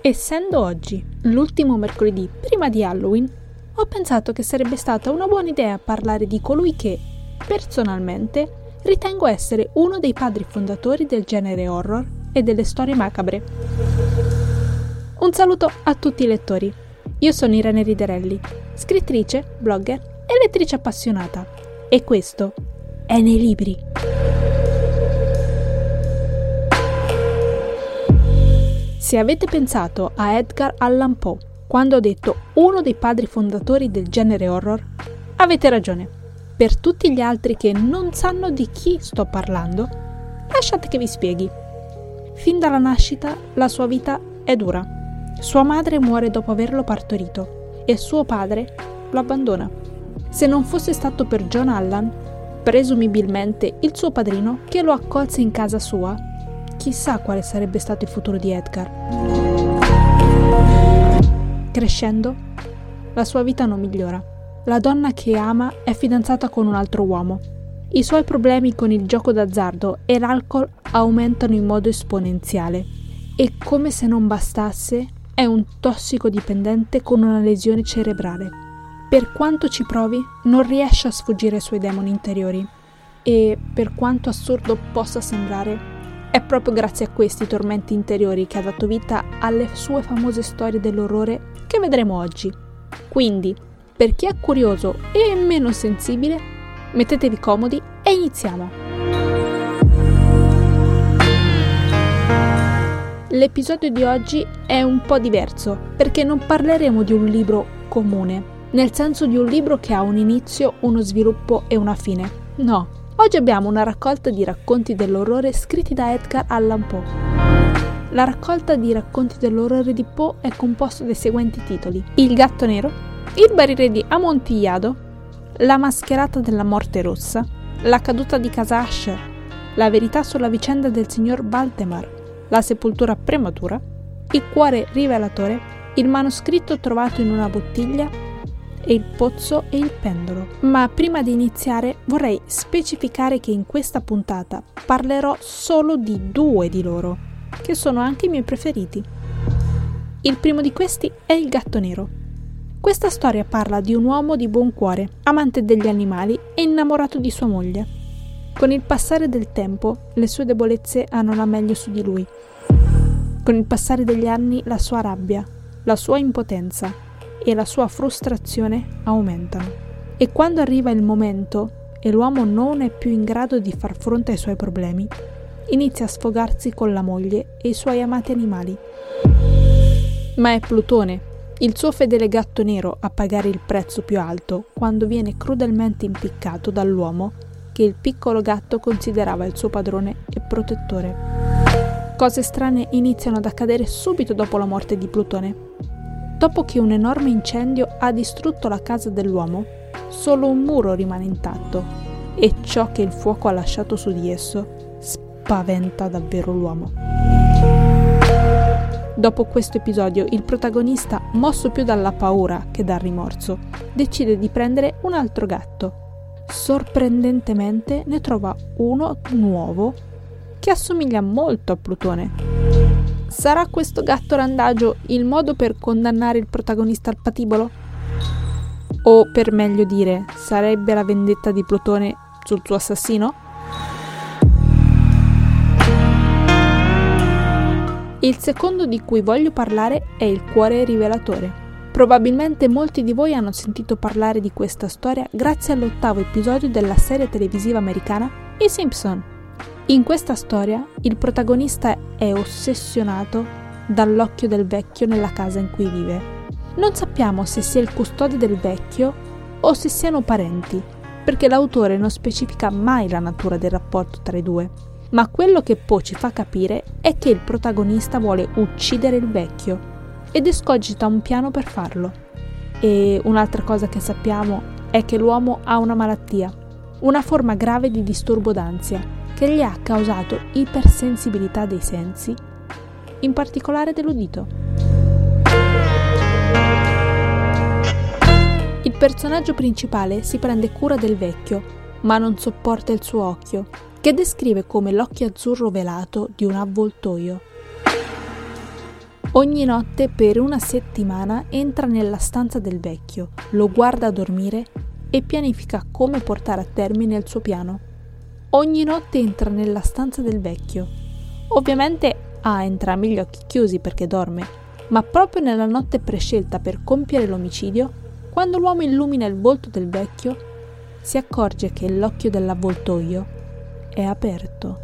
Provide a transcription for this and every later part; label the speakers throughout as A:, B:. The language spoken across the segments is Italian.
A: Essendo oggi l'ultimo mercoledì prima di Halloween, ho pensato che sarebbe stata una buona idea parlare di colui che, personalmente, ritengo essere uno dei padri fondatori del genere horror e delle storie macabre. Un saluto a tutti i lettori. Io sono Irene Riderelli, scrittrice, blogger e lettrice appassionata. E questo è Nei Libri. Se avete pensato a Edgar Allan Poe quando ho detto uno dei padri fondatori del genere horror, avete ragione. Per tutti gli altri che non sanno di chi sto parlando, lasciate che vi spieghi. Fin dalla nascita la sua vita è dura. Sua madre muore dopo averlo partorito e suo padre lo abbandona. Se non fosse stato per John Allan, presumibilmente il suo padrino, che lo accolse in casa sua, chissà quale sarebbe stato il futuro di Edgar. Crescendo, la sua vita non migliora. La donna che ama è fidanzata con un altro uomo. I suoi problemi con il gioco d'azzardo e l'alcol aumentano in modo esponenziale e, come se non bastasse, è un tossicodipendente con una lesione cerebrale. Per quanto ci provi, non riesce a sfuggire ai suoi demoni interiori e, per quanto assurdo possa sembrare, è proprio grazie a questi tormenti interiori che ha dato vita alle sue famose storie dell'orrore che vedremo oggi. Quindi, per chi è curioso e meno sensibile, mettetevi comodi e iniziamo! L'episodio di oggi è un po' diverso perché non parleremo di un libro comune, nel senso di un libro che ha un inizio, uno sviluppo e una fine. No, oggi abbiamo una raccolta di racconti dell'orrore scritti da Edgar Allan Poe. La raccolta di racconti dell'orrore di Poe è composta dai seguenti titoli: Il gatto nero, Il barile di Amontillado, La mascherata della morte rossa, La caduta di casa Usher, La verità sulla vicenda del signor Valdemar, La sepoltura prematura, Il cuore rivelatore, Il manoscritto trovato in una bottiglia e Il pozzo e il pendolo. Ma prima di iniziare vorrei specificare che in questa puntata parlerò solo di due di loro, che sono anche i miei preferiti. Il primo di questi è Il gatto nero. Questa storia parla di un uomo di buon cuore, amante degli animali e innamorato di sua moglie. Con il passare del tempo, le sue debolezze hanno la meglio su di lui. Con il passare degli anni, la sua rabbia, la sua impotenza e la sua frustrazione aumentano. E quando arriva il momento e l'uomo non è più in grado di far fronte ai suoi problemi, inizia a sfogarsi con la moglie e i suoi amati animali. Ma è Plutone, il suo fedele gatto nero, a pagare il prezzo più alto quando viene crudelmente impiccato dall'uomo che il piccolo gatto considerava il suo padrone e protettore. Cose strane iniziano ad accadere subito dopo la morte di Plutone. Dopo che un enorme incendio ha distrutto la casa dell'uomo, solo un muro rimane intatto e ciò che il fuoco ha lasciato su di esso spaventa davvero l'uomo. Dopo questo episodio, il protagonista, mosso più dalla paura che dal rimorso, decide di prendere un altro gatto. Sorprendentemente ne trova uno nuovo che assomiglia molto a Plutone. Sarà questo gatto randagio il modo per condannare il protagonista al patibolo? O, per meglio dire, sarebbe la vendetta di Plutone sul suo assassino? Il secondo di cui voglio parlare è Il cuore rivelatore. Probabilmente molti di voi hanno sentito parlare di questa storia grazie all'8º episodio della serie televisiva americana I Simpson. In questa storia il protagonista è ossessionato dall'occhio del vecchio nella casa in cui vive. Non sappiamo se sia il custode del vecchio o se siano parenti, perché l'autore non specifica mai la natura del rapporto tra i due. Ma quello che Poe ci fa capire è che il protagonista vuole uccidere il vecchio ed escogita un piano per farlo. E un'altra cosa che sappiamo è che l'uomo ha una malattia, una forma grave di disturbo d'ansia che gli ha causato ipersensibilità dei sensi, in particolare dell'udito. Il personaggio principale si prende cura del vecchio, ma non sopporta il suo occhio, che descrive come l'occhio azzurro velato di un avvoltoio. Ogni notte per una settimana entra nella stanza del vecchio, lo guarda dormire e pianifica come portare a termine il suo piano. Ogni notte entra nella stanza del vecchio. Ovviamente ha entrambi gli occhi chiusi perché dorme, ma proprio nella notte prescelta per compiere l'omicidio, quando l'uomo illumina il volto del vecchio, si accorge che l'occhio dell'avvoltoio è aperto.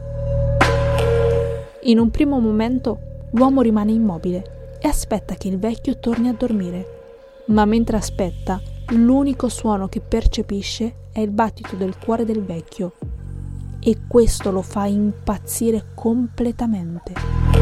A: In un primo momento l'uomo rimane immobile e aspetta che il vecchio torni a dormire, ma mentre aspetta, l'unico suono che percepisce è il battito del cuore del vecchio e questo lo fa impazzire completamente.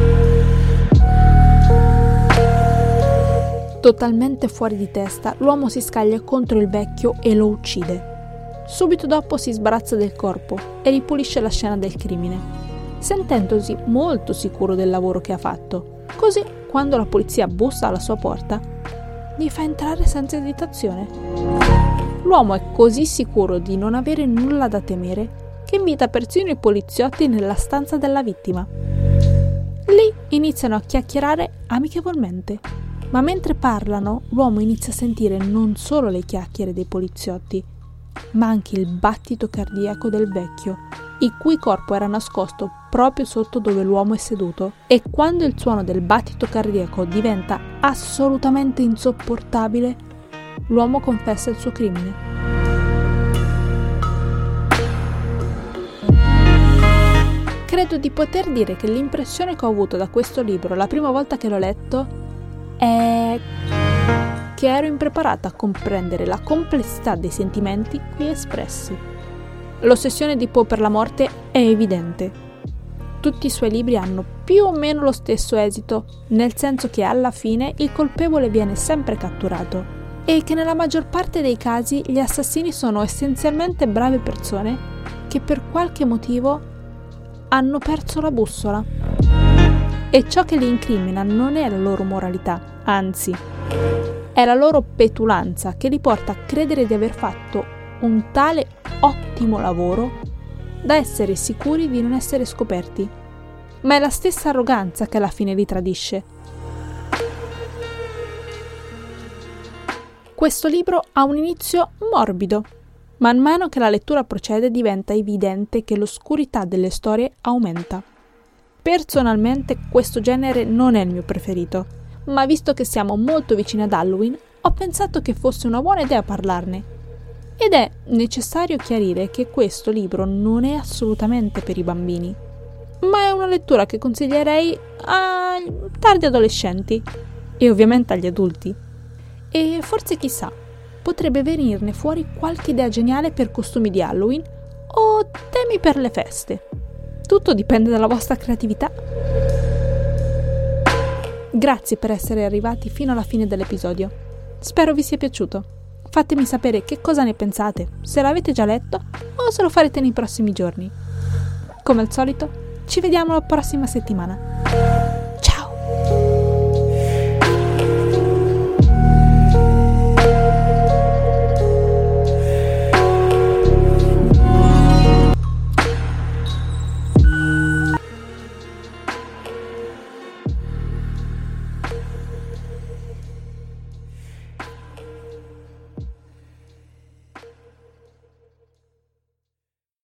A: Totalmente fuori di testa, l'uomo si scaglia contro il vecchio e lo uccide. Subito dopo si sbarazza del corpo e ripulisce la scena del crimine, sentendosi molto sicuro del lavoro che ha fatto. Così, quando la polizia bussa alla sua porta, gli fa entrare senza esitazione. L'uomo è così sicuro di non avere nulla da temere che invita persino i poliziotti nella stanza della vittima. Lì iniziano a chiacchierare amichevolmente, ma mentre parlano l'uomo inizia a sentire non solo le chiacchiere dei poliziotti, ma anche il battito cardiaco del vecchio, il cui corpo era nascosto proprio sotto dove l'uomo è seduto, e quando il suono del battito cardiaco diventa assolutamente insopportabile, l'uomo confessa il suo crimine. Credo di poter dire che l'impressione che ho avuto da questo libro la prima volta che l'ho letto è che ero impreparata a comprendere la complessità dei sentimenti qui espressi. L'ossessione di Poe per la morte è evidente. Tutti i suoi libri hanno più o meno lo stesso esito, nel senso che alla fine il colpevole viene sempre catturato e che nella maggior parte dei casi gli assassini sono essenzialmente brave persone che per qualche motivo hanno perso la bussola. E ciò che li incrimina non è la loro moralità, anzi, è la loro petulanza che li porta a credere di aver fatto un tale ottimo lavoro da essere sicuri di non essere scoperti. Ma è la stessa arroganza che alla fine li tradisce. Questo libro ha un inizio morbido. Man mano che la lettura procede diventa evidente che l'oscurità delle storie aumenta. Personalmente questo genere non è il mio preferito, ma visto che siamo molto vicini ad Halloween, ho pensato che fosse una buona idea parlarne. Ed è necessario chiarire che questo libro non è assolutamente per i bambini, ma è una lettura che consiglierei ai tardi adolescenti e ovviamente agli adulti. E forse chissà, potrebbe venirne fuori qualche idea geniale per costumi di Halloween o temi per le feste. Tutto dipende dalla vostra creatività. Grazie per essere arrivati fino alla fine dell'episodio. Spero vi sia piaciuto. Fatemi sapere che cosa ne pensate, se l'avete già letto o se lo farete nei prossimi giorni. Come al solito, ci vediamo la prossima settimana.